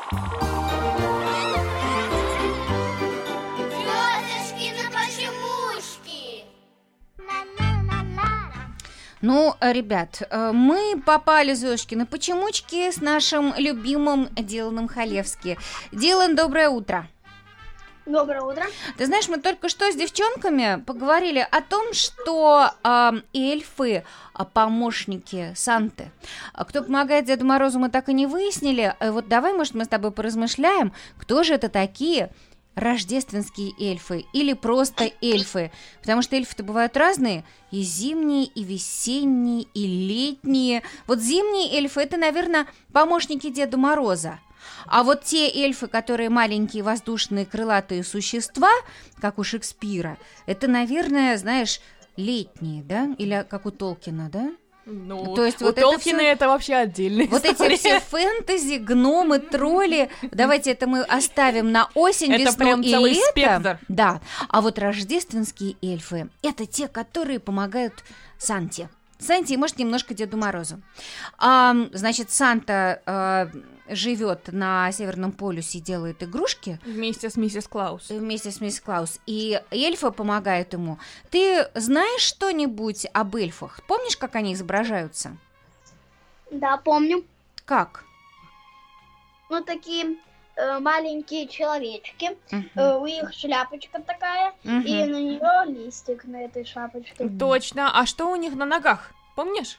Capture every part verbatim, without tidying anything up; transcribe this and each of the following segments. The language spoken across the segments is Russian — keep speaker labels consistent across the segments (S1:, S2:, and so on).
S1: Ну, ребят, мы попали, Зоюшки, на почемучки с нашим любимым Диланом Халевски. Дилан, доброе утро.
S2: Доброе утро.
S1: Ты знаешь, мы только что с девчонками поговорили о том, что э, эльфы, э, помощники Санты. Кто помогает Деду Морозу, мы так и не выяснили. Вот давай, может, мы с тобой поразмышляем, кто же это такие рождественские эльфы или просто эльфы, потому что эльфы-то бывают разные, и зимние, и весенние, и летние. Вот зимние эльфы – это, наверное, помощники Деда Мороза. А вот те эльфы, которые маленькие воздушные крылатые существа, как у Шекспира, это, наверное, знаешь, летние, да? Или как у Толкина, да?
S3: Ну,
S1: то есть
S3: у
S1: вот
S3: Толкина это,
S1: это,
S3: это вообще отдельная
S1: вот
S3: история.
S1: эти все фэнтези, гномы, тролли, давайте это мы оставим на осень,
S3: это
S1: весну
S3: прям
S1: и
S3: целый
S1: лето.
S3: спектр.
S1: Да, а вот рождественские эльфы – это те, которые помогают Санте. Санте и, может, немножко Деду Морозу. А, значит, Санта а, живет на Северном полюсе и делает игрушки.
S3: Вместе с миссис Клаус.
S1: Вместе с миссис Клаус. И эльфы помогают ему. Ты знаешь что-нибудь об эльфах? Помнишь, как они изображаются?
S2: Да, помню.
S1: Как?
S2: Ну, такие э, маленькие человечки.
S1: Uh-huh.
S2: Э, у них шляпочка такая,
S1: uh-huh.
S2: и на нее листик на этой шапочке.
S1: Uh-huh.
S3: Точно. А что у них на ногах? Помнишь?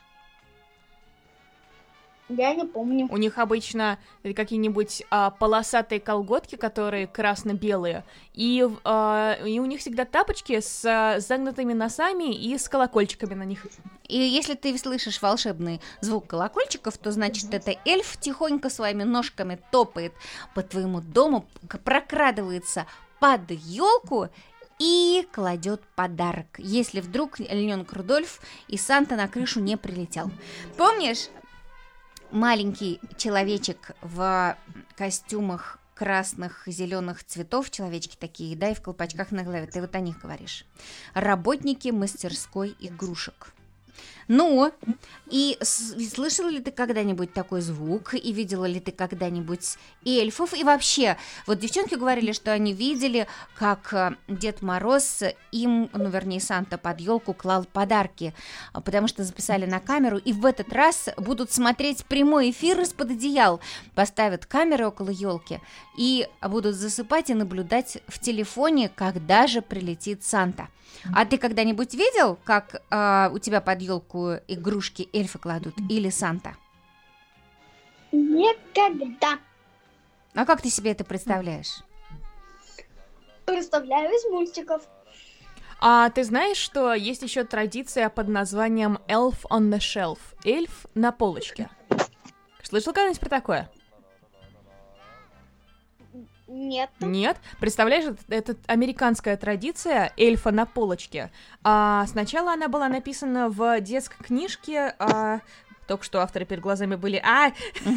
S2: Я не помню.
S3: У них обычно какие-нибудь а, полосатые колготки, которые красно-белые, и, а, и у них всегда тапочки с а, загнутыми носами и с колокольчиками на них.
S1: И если ты слышишь волшебный звук колокольчиков, то значит, это эльф тихонько своими ножками топает по твоему дому, прокрадывается под елку и кладет подарок, если вдруг олененок Рудольф и Санта на крышу не прилетел. Помнишь? Маленький человечек в костюмах красных, зеленых цветов, человечки такие, да, и в колпачках на голове. Ты вот о них говоришь. Работники мастерской игрушек. Ну, и слышала ли ты когда-нибудь такой звук, и видела ли ты когда-нибудь эльфов? И вообще, вот девчонки говорили, что они видели, как Дед Мороз им, ну, вернее, Санта под елку клал подарки, потому что записали на камеру, и в этот раз будут смотреть прямой эфир из-под одеял. Поставят камеры около елки и будут засыпать и наблюдать в телефоне, когда же прилетит Санта. А ты когда-нибудь видел, как э, у тебя под елку игрушки эльфы кладут или Санта?
S2: Никогда.
S1: А как ты себе это представляешь?
S2: Представляю из мультиков.
S3: А ты знаешь, что есть еще традиция под названием Elf on the Shelf? Эльф на полочке. Слышал когда-нибудь про такое?
S2: Нет.
S3: Нет? Представляешь, это, это американская традиция эльфа на полочке. А, сначала она была написана в детской книжке, а, только что авторы перед глазами были... А!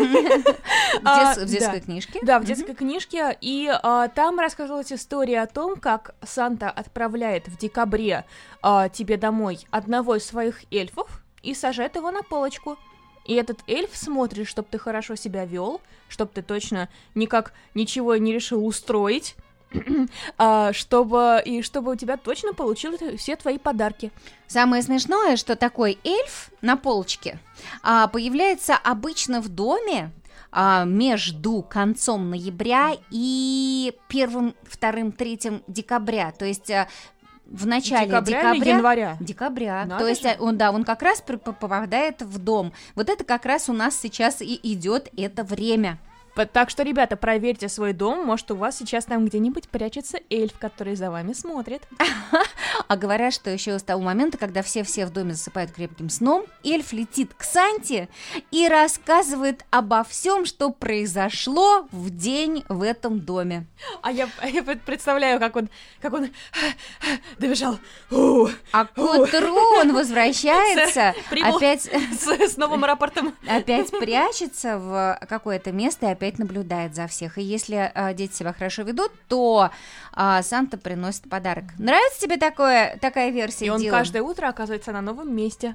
S1: В детской книжке?
S3: Да, в детской книжке, и там рассказывалась история о том, как Санта отправляет в декабре тебе домой одного из своих эльфов и сажает его на полочку. И этот эльф смотрит, чтобы ты хорошо себя вел, чтобы ты точно никак ничего не решил устроить, чтобы, и чтобы у тебя точно получились все твои подарки.
S1: Самое смешное, что такой эльф на полочке а, появляется обычно в доме а, между концом ноября и первым, вторым, третьим декабря, то есть... В начале
S3: декабря,
S1: декабря,
S3: или января?
S1: Декабря.
S3: Надо
S1: То есть
S3: же.
S1: он, да, он как раз попадает в дом. Вот это как раз у нас сейчас и идет это время.
S3: Так что, ребята, проверьте свой дом, может, у вас сейчас там где-нибудь прячется эльф, который за вами смотрит.
S1: А говорят, что еще с того момента, когда все-все в доме засыпают крепким сном, эльф летит к Санте и рассказывает обо всем, что произошло в день в этом доме.
S3: А я, я представляю, как он, как он добежал. У,
S1: а к утру он возвращается,
S3: Прибыл
S1: опять
S3: с, с новым рапортом.
S1: Опять прячется в какое-то место и опять наблюдает за всех. И если а, дети себя хорошо ведут, то а, Санта приносит подарок. Нравится тебе такое, такая версия?
S3: И он
S1: Дилан?
S3: каждое утро оказывается на новом месте.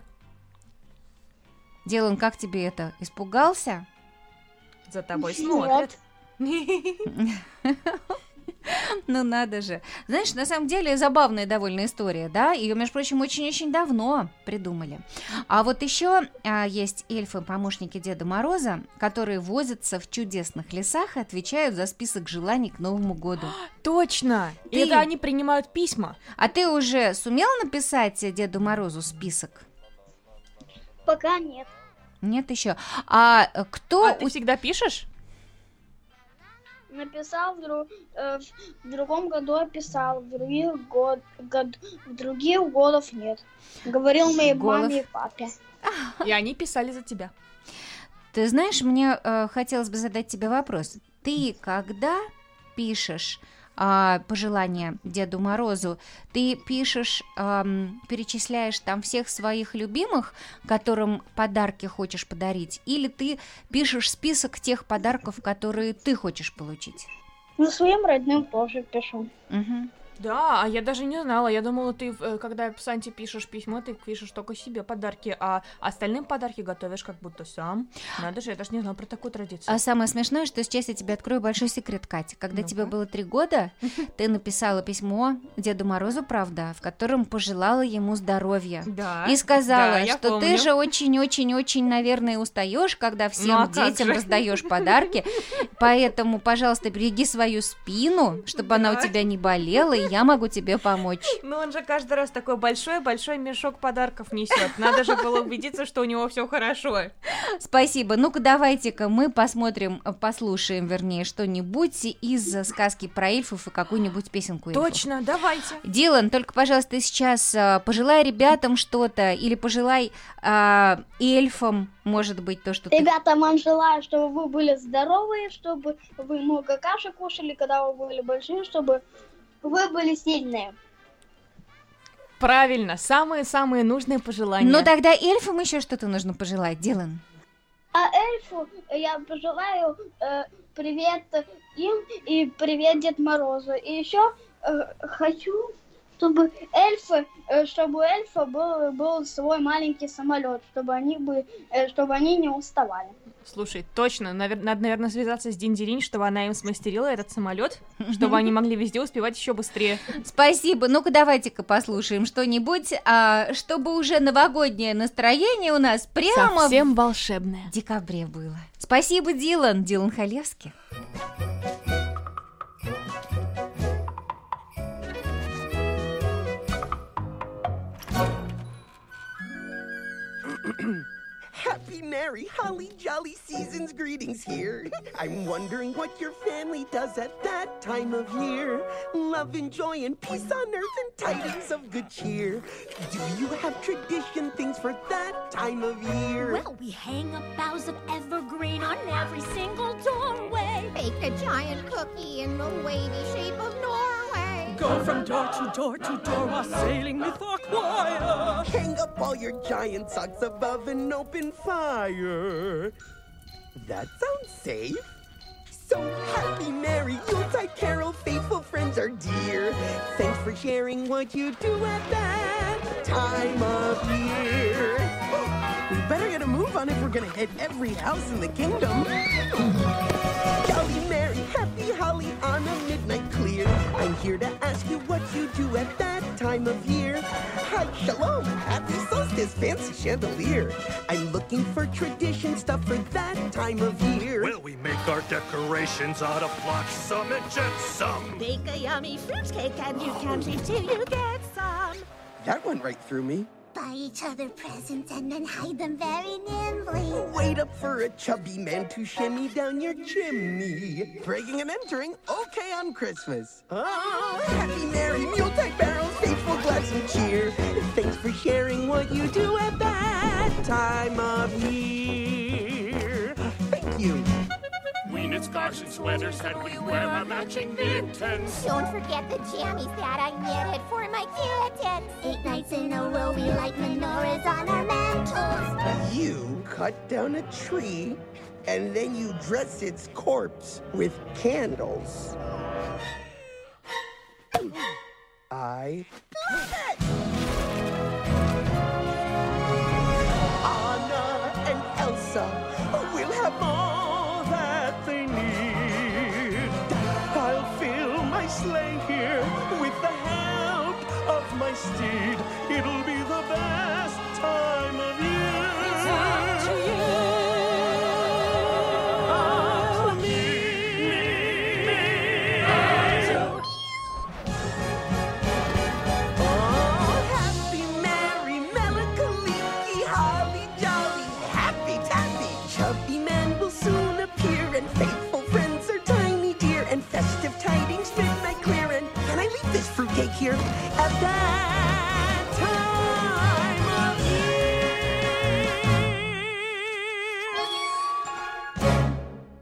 S1: Дилан, как тебе это? Испугался?
S3: За тобой
S2: Нет.
S3: смотрит.
S1: Ну надо же. Знаешь, на самом деле забавная довольно история, да? Ее, между прочим, очень-очень давно придумали. А вот еще а, есть эльфы-помощники Деда Мороза, которые возятся в чудесных лесах и отвечают за список желаний к Новому году.
S3: Точно!
S1: Ты-
S3: Это они принимают письма.
S1: А ты уже сумел написать Деду Морозу список?
S2: Пока нет.
S1: Нет еще. А э, кто...
S3: А ты
S1: у-
S3: всегда пишешь?
S2: Написал в, дру- э, в другом году описал, в других год, год- в других годов нет. Говорил моей
S1: Голов.
S2: маме и папе.
S3: И они писали за тебя.
S1: Ты знаешь, мне э, хотелось бы задать тебе вопрос. Ты когда пишешь а, пожелания Деду Морозу, ты пишешь, ам, перечисляешь там всех своих любимых, которым подарки хочешь подарить, или ты пишешь список тех подарков, которые ты хочешь получить?
S2: Ну, своим родным тоже пишу.
S1: Мгм.
S3: Да, а я даже не знала. Я думала, ты, э, когда Санте пишешь письмо, ты пишешь только себе подарки, а остальным подарки готовишь как будто сам. Надо же, я даже не знала про такую традицию.
S1: А самое смешное, что сейчас я тебе открою большой секрет, Катя. Когда
S3: Ну-ка.
S1: тебе было три года, ты написала письмо Деду Морозу, правда, в котором пожелала ему здоровья.
S3: Да.
S1: И сказала,
S3: да, я
S1: что ты
S3: помню.
S1: же очень-очень-очень, наверное, устаешь, когда всем
S3: Ну, а как
S1: детям
S3: же?
S1: раздаешь подарки. Поэтому, пожалуйста, береги свою спину, чтобы она у
S3: Да.
S1: тебя не болела, и я могу тебе помочь.
S3: Ну, он же каждый раз такой большой-большой мешок подарков несет. Надо же было убедиться, что у него все хорошо.
S1: Спасибо. Ну-ка, давайте-ка мы посмотрим, э, послушаем, вернее, что-нибудь из э, сказки про эльфов и какую-нибудь песенку эльфов.
S3: Точно, давайте.
S1: Дилан, только, пожалуйста, ты сейчас э, пожелай ребятам что-то или пожелай э, эльфам, может быть, то, что ты...
S2: Ребята, вам желаю, чтобы вы были здоровые, чтобы вы много каши кушали, когда вы были большие, чтобы вы были сильные.
S3: Правильно, самые-самые нужные пожелания.
S1: Ну тогда эльфам еще что-то нужно пожелать, Дилан.
S2: А эльфу я пожелаю э, привет им и привет Дед Морозу. И еще э, хочу, чтобы эльфы, э, чтобы у эльфа был, был свой маленький самолет, чтобы они бы, э, чтобы они не уставали.
S3: Слушай, точно, навер- надо, наверное, связаться с Диндеринь, чтобы она им смастерила этот самолет, чтобы они могли везде успевать еще быстрее.
S1: Спасибо. Ну-ка давайте-ка послушаем что-нибудь, а, чтобы уже новогоднее настроение у нас прямо
S3: Совсем волшебное.
S1: в декабре было. Спасибо, Дилан. Дилан Халевский.
S4: Happy, merry, holly jolly season's greetings here. I'm wondering what your family does at that time of year. Love and joy and peace on earth and tidings of good cheer. Do you have tradition things for that time of year?
S5: Well, we hang up boughs of evergreen on every single doorway.
S6: Bake a giant cookie in the wavy shape of Norway.
S7: Go from door to door to door while sailing with our choir.
S4: Hang up all your giant socks above an open fire. That sounds safe. So happy, merry Yuletide carol, faithful friends are dear. Thanks for sharing what you do at that time of year. We better get a move on if we're gonna hit every house in the kingdom. Jolly Mary, happy holly on a midnight clear. I'm here to ask you what you do at that time of year. Hi, shalom, happy solstice, fancy chandelier. I'm looking for tradition stuff for that time of year.
S8: Well, we make our decorations out of flotsam and jetsam.
S5: Bake a yummy fruitcake and you can't leave till you get some.
S4: That went right through me.
S6: Buy each other presents and then hide them very nimbly.
S4: Wait up for a chubby man to shimmy down your chimney. Breaking and entering, okay on Christmas. Oh, happy, merry, Yuletide barrels, faithful, gladsome cheer. Thanks for sharing what you do at that time of year. Thank you.
S8: We knit scarves and sweaters and we wear our matching mittens.
S6: Don't forget the jammies that I knitted for my kittens. Eight nights in a row we light menorahs on our mantles.
S4: You cut down a tree and then you dress its corpse with candles. I bet.